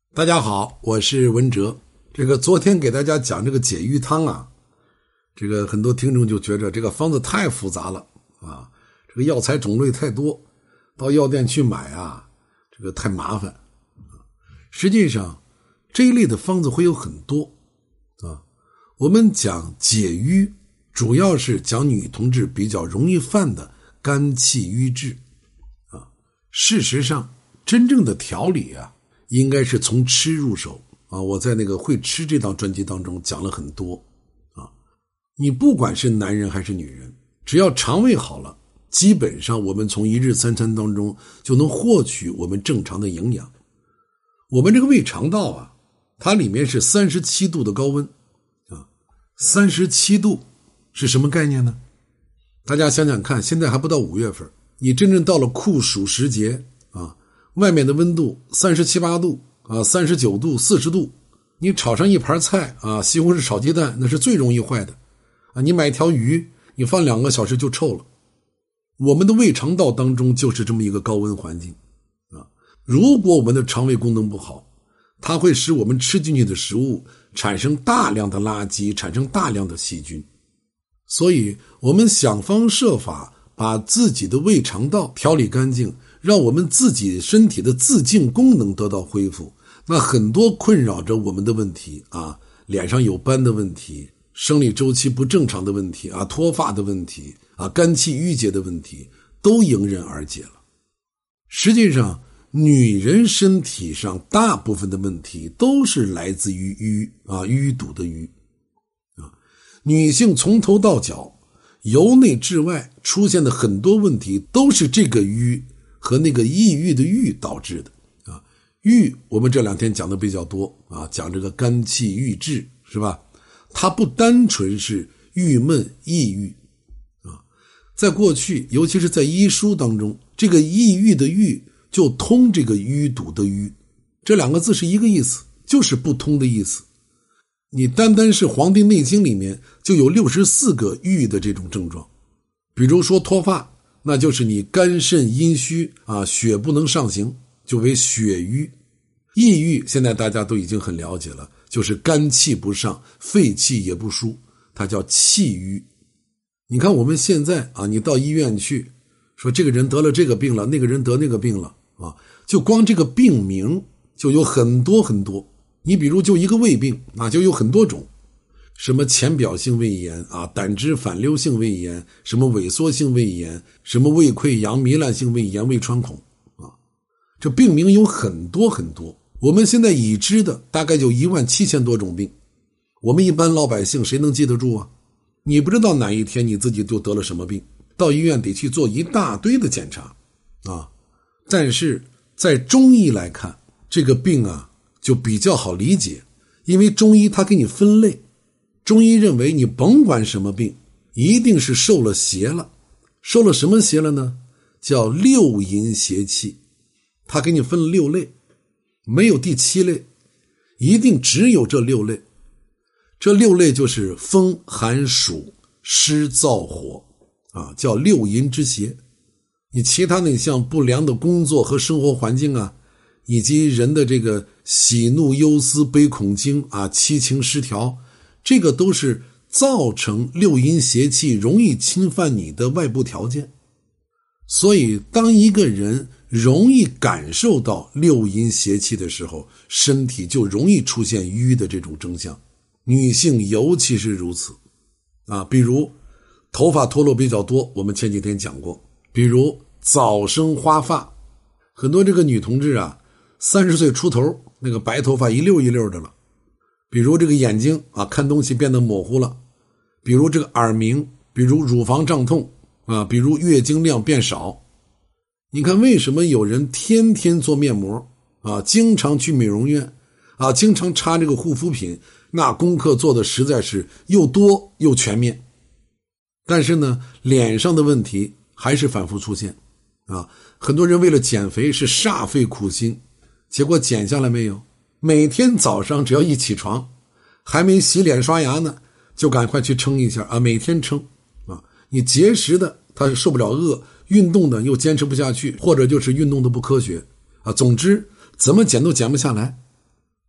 大家好，我是文哲。昨天给大家讲这个解郁汤啊，很多听众就觉得这个方子太复杂了啊，这个药材种类太多，到药店去买啊，太麻烦。实际上这一类的方子会有很多啊。我们讲解郁，主要是讲女同志比较容易犯的肝气郁滞啊。事实上，真正的调理啊，应该是从吃入手啊。我在会吃这档专辑当中讲了很多啊。你不管是男人还是女人，只要肠胃好了，基本上我们从一日三餐当中就能获取我们正常的营养。我们这个胃肠道啊，它里面是37度的高温啊。37度是什么概念呢？大家想想看，现在还不到5月份，你真正到了酷暑时节啊，外面的温度37、8度啊，39度、40度，你炒上一盘菜啊，西红柿炒鸡蛋，那是最容易坏的啊。你买条鱼，你放2个小时就臭了。我们的胃肠道当中就是这么一个高温环境啊。如果我们的肠胃功能不好，它会使我们吃进去的食物产生大量的垃圾，产生大量的细菌。所以我们想方设法把自己的胃肠道调理干净，让我们自己身体的自净功能得到恢复。那很多困扰着我们的问题啊，脸上有斑的问题，生理周期不正常的问题啊，脱发的问题啊，肝气郁结的问题，都迎刃而解了。实际上，女人身体上大部分的问题都是来自于淤堵的淤啊。女性从头到脚，由内至外出现的很多问题，都是这个瘀和抑郁的郁导致的啊。郁我们这2天讲的比较多啊，讲这个肝气郁滞是吧？它不单纯是郁闷抑郁啊，在过去，尤其是在医书当中，这个抑郁的郁就通这个淤堵的淤，这2个字是一个意思，就是不通的意思。你单单是《黄帝内经》里面就有64个郁的这种症状，比如说脱发，那就是你肝肾阴虚啊，血不能上行，就为血瘀。抑郁现在大家都已经很了解了，就是肝气不上，肺气也不舒，它叫气郁。你看我们现在啊，你到医院去，说这个人得了这个病了，那个人得那个病了啊，就光这个病名就有很多很多。你比如就一个胃病啊，就有很多种，什么浅表性胃炎啊，胆汁反流性胃炎，什么萎缩性胃炎，什么胃溃疡糜烂性胃炎、胃穿孔啊，这病名有很多很多。我们现在已知的大概就17000多种病，我们一般老百姓谁能记得住啊？你不知道哪一天你自己就得了什么病，到医院得去做一大堆的检查啊。但是在中医来看，这个病啊就比较好理解，因为中医它给你分类，中医认为你甭管什么病，一定是受了邪了。受了什么邪了呢？叫六淫邪气，它给你分了6类，没有第7类，一定只有这6类。这6类就是风寒暑湿燥火啊，叫六淫之邪。你其他那像不良的工作和生活环境啊，以及人的这个喜怒忧思悲恐惊啊，七情失调，这个都是造成六淫邪气容易侵犯你的外部条件。所以当一个人容易感受到六淫邪气的时候，身体就容易出现瘀的这种征象，女性尤其是如此啊。比如头发脱落比较多，我们前几天讲过，比如早生花发，很多这个女同志啊，30岁出头，那个白头发一溜一溜的了。比如这个眼睛啊，看东西变得模糊了，比如这个耳鸣，比如乳房胀痛啊，比如月经量变少。你看为什么有人天天做面膜啊，经常去美容院啊，经常擦这个护肤品，那功课做的实在是又多又全面，但是呢脸上的问题还是反复出现啊。很多人为了减肥是煞费苦心，结果减下来没有？每天早上只要一起床，还没洗脸刷牙呢，就赶快去称一下啊，每天称啊。你节食的他是受不了饿，运动的又坚持不下去，或者就是运动的不科学啊。总之怎么减都减不下来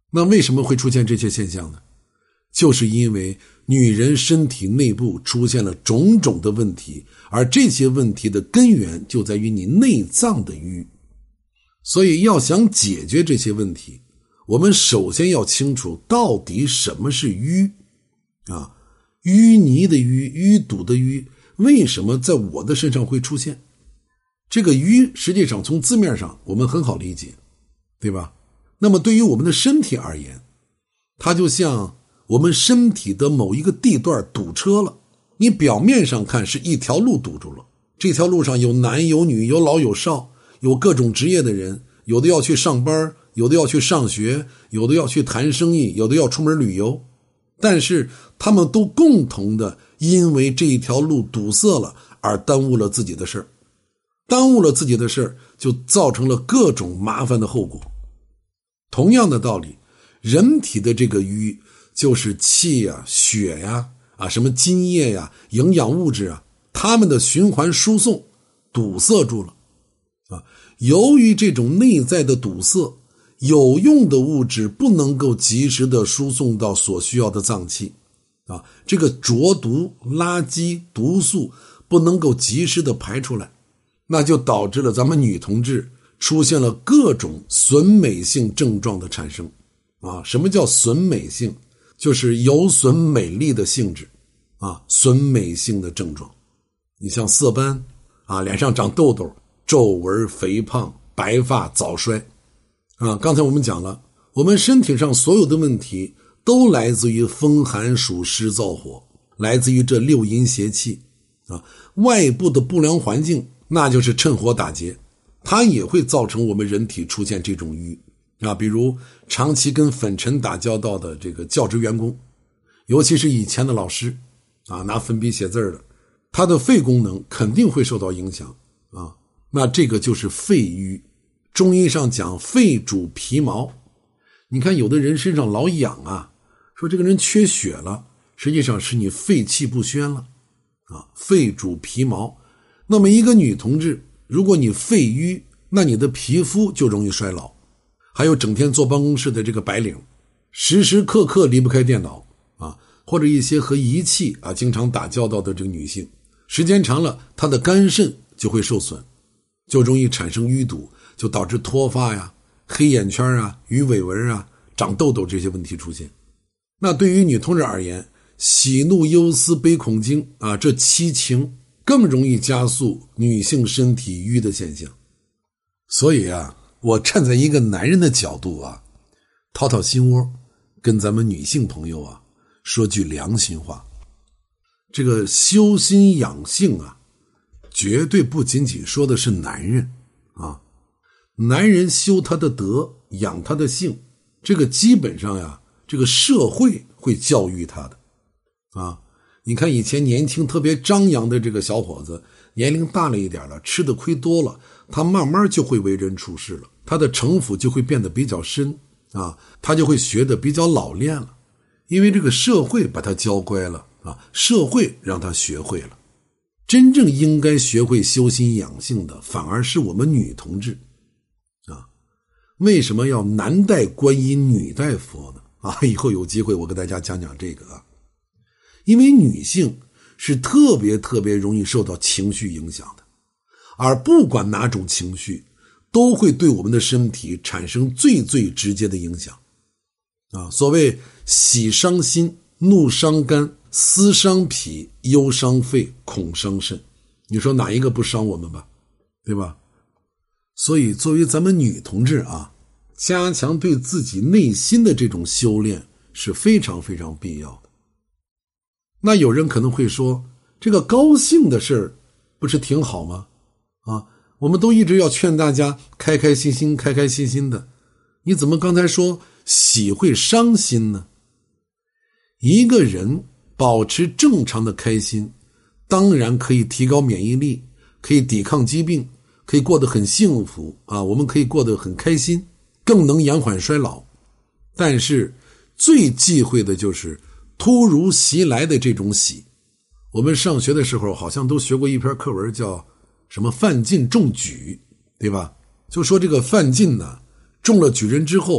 那为什么会出现这些现象呢？就是因为女人身体内部出现了种种的问题，而这些问题的根源就在于你内脏的瘀。所以要想解决这些问题，我们首先要清楚到底什么是瘀啊，淤泥的淤，淤堵的淤，为什么在我的身上会出现？这个瘀实际上从字面上我们很好理解，对吧？那么对于我们的身体而言，它就像我们身体的某一个地段堵车了，你表面上看是一条路堵住了，这条路上有男有女，有老有少，有各种职业的人，有的要去上班，有的要去上学，有的要去谈生意，有的要出门旅游，但是他们都共同的因为这一条路堵塞了而耽误了自己的事儿，耽误了自己的事儿，就造成了各种麻烦的后果。同样的道理，人体的这个瘀就是气呀、血呀、什么津液呀、营养物质啊，它们的循环输送堵塞住了由于这种内在的堵塞，有用的物质不能够及时的输送到所需要的脏器这个浊毒、垃圾、毒素不能够及时的排出来，那就导致了咱们女同志出现了各种损美性症状的产生什么叫损美性？就是有损美丽的性质损美性的症状。你像色斑脸上长痘痘、皱纹、肥胖、白发、早衰刚才我们讲了，我们身体上所有的问题都来自于风寒暑湿燥火，来自于这六淫邪气外部的不良环境那就是趁火打劫，它也会造成我们人体出现这种瘀比如长期跟粉尘打交道的这个教职员工，尤其是以前的老师拿粉笔写字的，他的肺功能肯定会受到影响那这个就是肺瘀。中医上讲肺主皮毛，你看有的人身上老痒说这个人缺血了，实际上是你肺气不宣了肺主皮毛。那么一个女同志，如果你肺瘀，那你的皮肤就容易衰老。还有整天坐办公室的这个白领，时时刻刻离不开电脑或者一些和仪器经常打交道的这个女性，时间长了她的肝肾就会受损，就容易产生淤堵，就导致脱发呀、黑眼圈鱼尾纹长痘痘这些问题出现。那对于女同志而言，喜怒忧思悲恐惊这七情更容易加速女性身体瘀的现象。所以我站在一个男人的角度掏掏心窝，跟咱们女性朋友说句良心话，这个修心养性绝对不仅仅说的是男人男人修他的德，养他的性，这个基本上这个社会会教育他的你看以前年轻特别张扬的这个小伙子，年龄大了一点了，吃的亏多了，他慢慢就会为人处事了，他的城府就会变得比较深他就会学得比较老练了，因为这个社会把他教乖了社会让他学会了。真正应该学会修心养性的反而是我们女同志为什么要男戴观音女戴佛呢以后有机会我跟大家讲讲这个因为女性是特别特别容易受到情绪影响的，而不管哪种情绪都会对我们的身体产生最最直接的影响所谓喜伤心，怒伤肝，思伤脾，忧伤肺，恐伤肾，你说哪一个不伤我们吧，对吧？所以作为咱们女同志加强对自己内心的这种修炼是非常非常必要的。那有人可能会说，这个高兴的事儿不是挺好吗？我们都一直要劝大家开开心心，开开心心的，你怎么刚才说喜会伤心呢？一个人保持正常的开心，当然可以提高免疫力，可以抵抗疾病，可以过得很幸福我们可以过得很开心，更能延缓衰老。但是最忌讳的就是突如其来的这种喜。我们上学的时候好像都学过一篇课文，叫什么范进中举，对吧？就说这个范进呢，中了举人之后，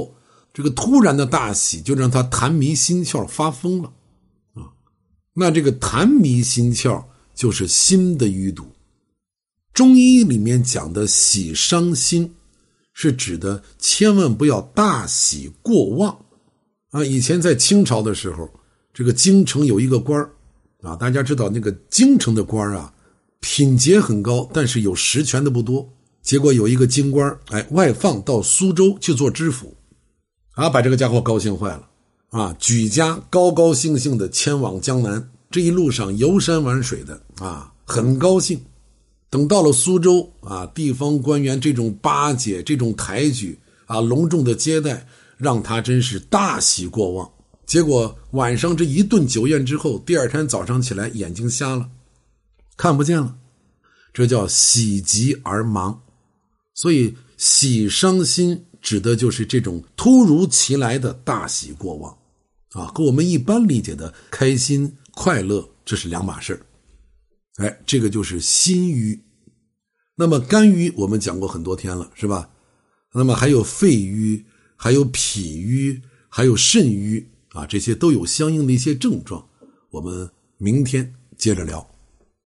这个突然的大喜就让他痰迷心窍发疯了啊。那这个痰迷心窍就是心的淤堵。中医里面讲的喜伤心是指的千万不要大喜过望啊。以前在清朝的时候，这个京城有一个官啊，大家知道那个京城的官啊，品节很高，但是有实权的不多。结果有一个京官外放到苏州去做知府啊，把这个家伙高兴坏了啊，举家高高兴兴的迁往江南，这一路上游山玩水的啊，很高兴。等到了苏州啊，地方官员这种巴结，这种抬举啊，隆重的接待，让他真是大喜过望。结果晚上这一顿酒宴之后，第二天早上起来眼睛瞎了，看不见了，这叫喜极而亡。所以喜伤心指的就是这种突如其来的大喜过望啊，和我们一般理解的开心快乐这是两码事。这个就是心郁。那么肝郁我们讲过很多天了，是吧？那么还有肺郁，还有脾郁，还有肾郁啊，这些都有相应的一些症状，我们明天接着聊。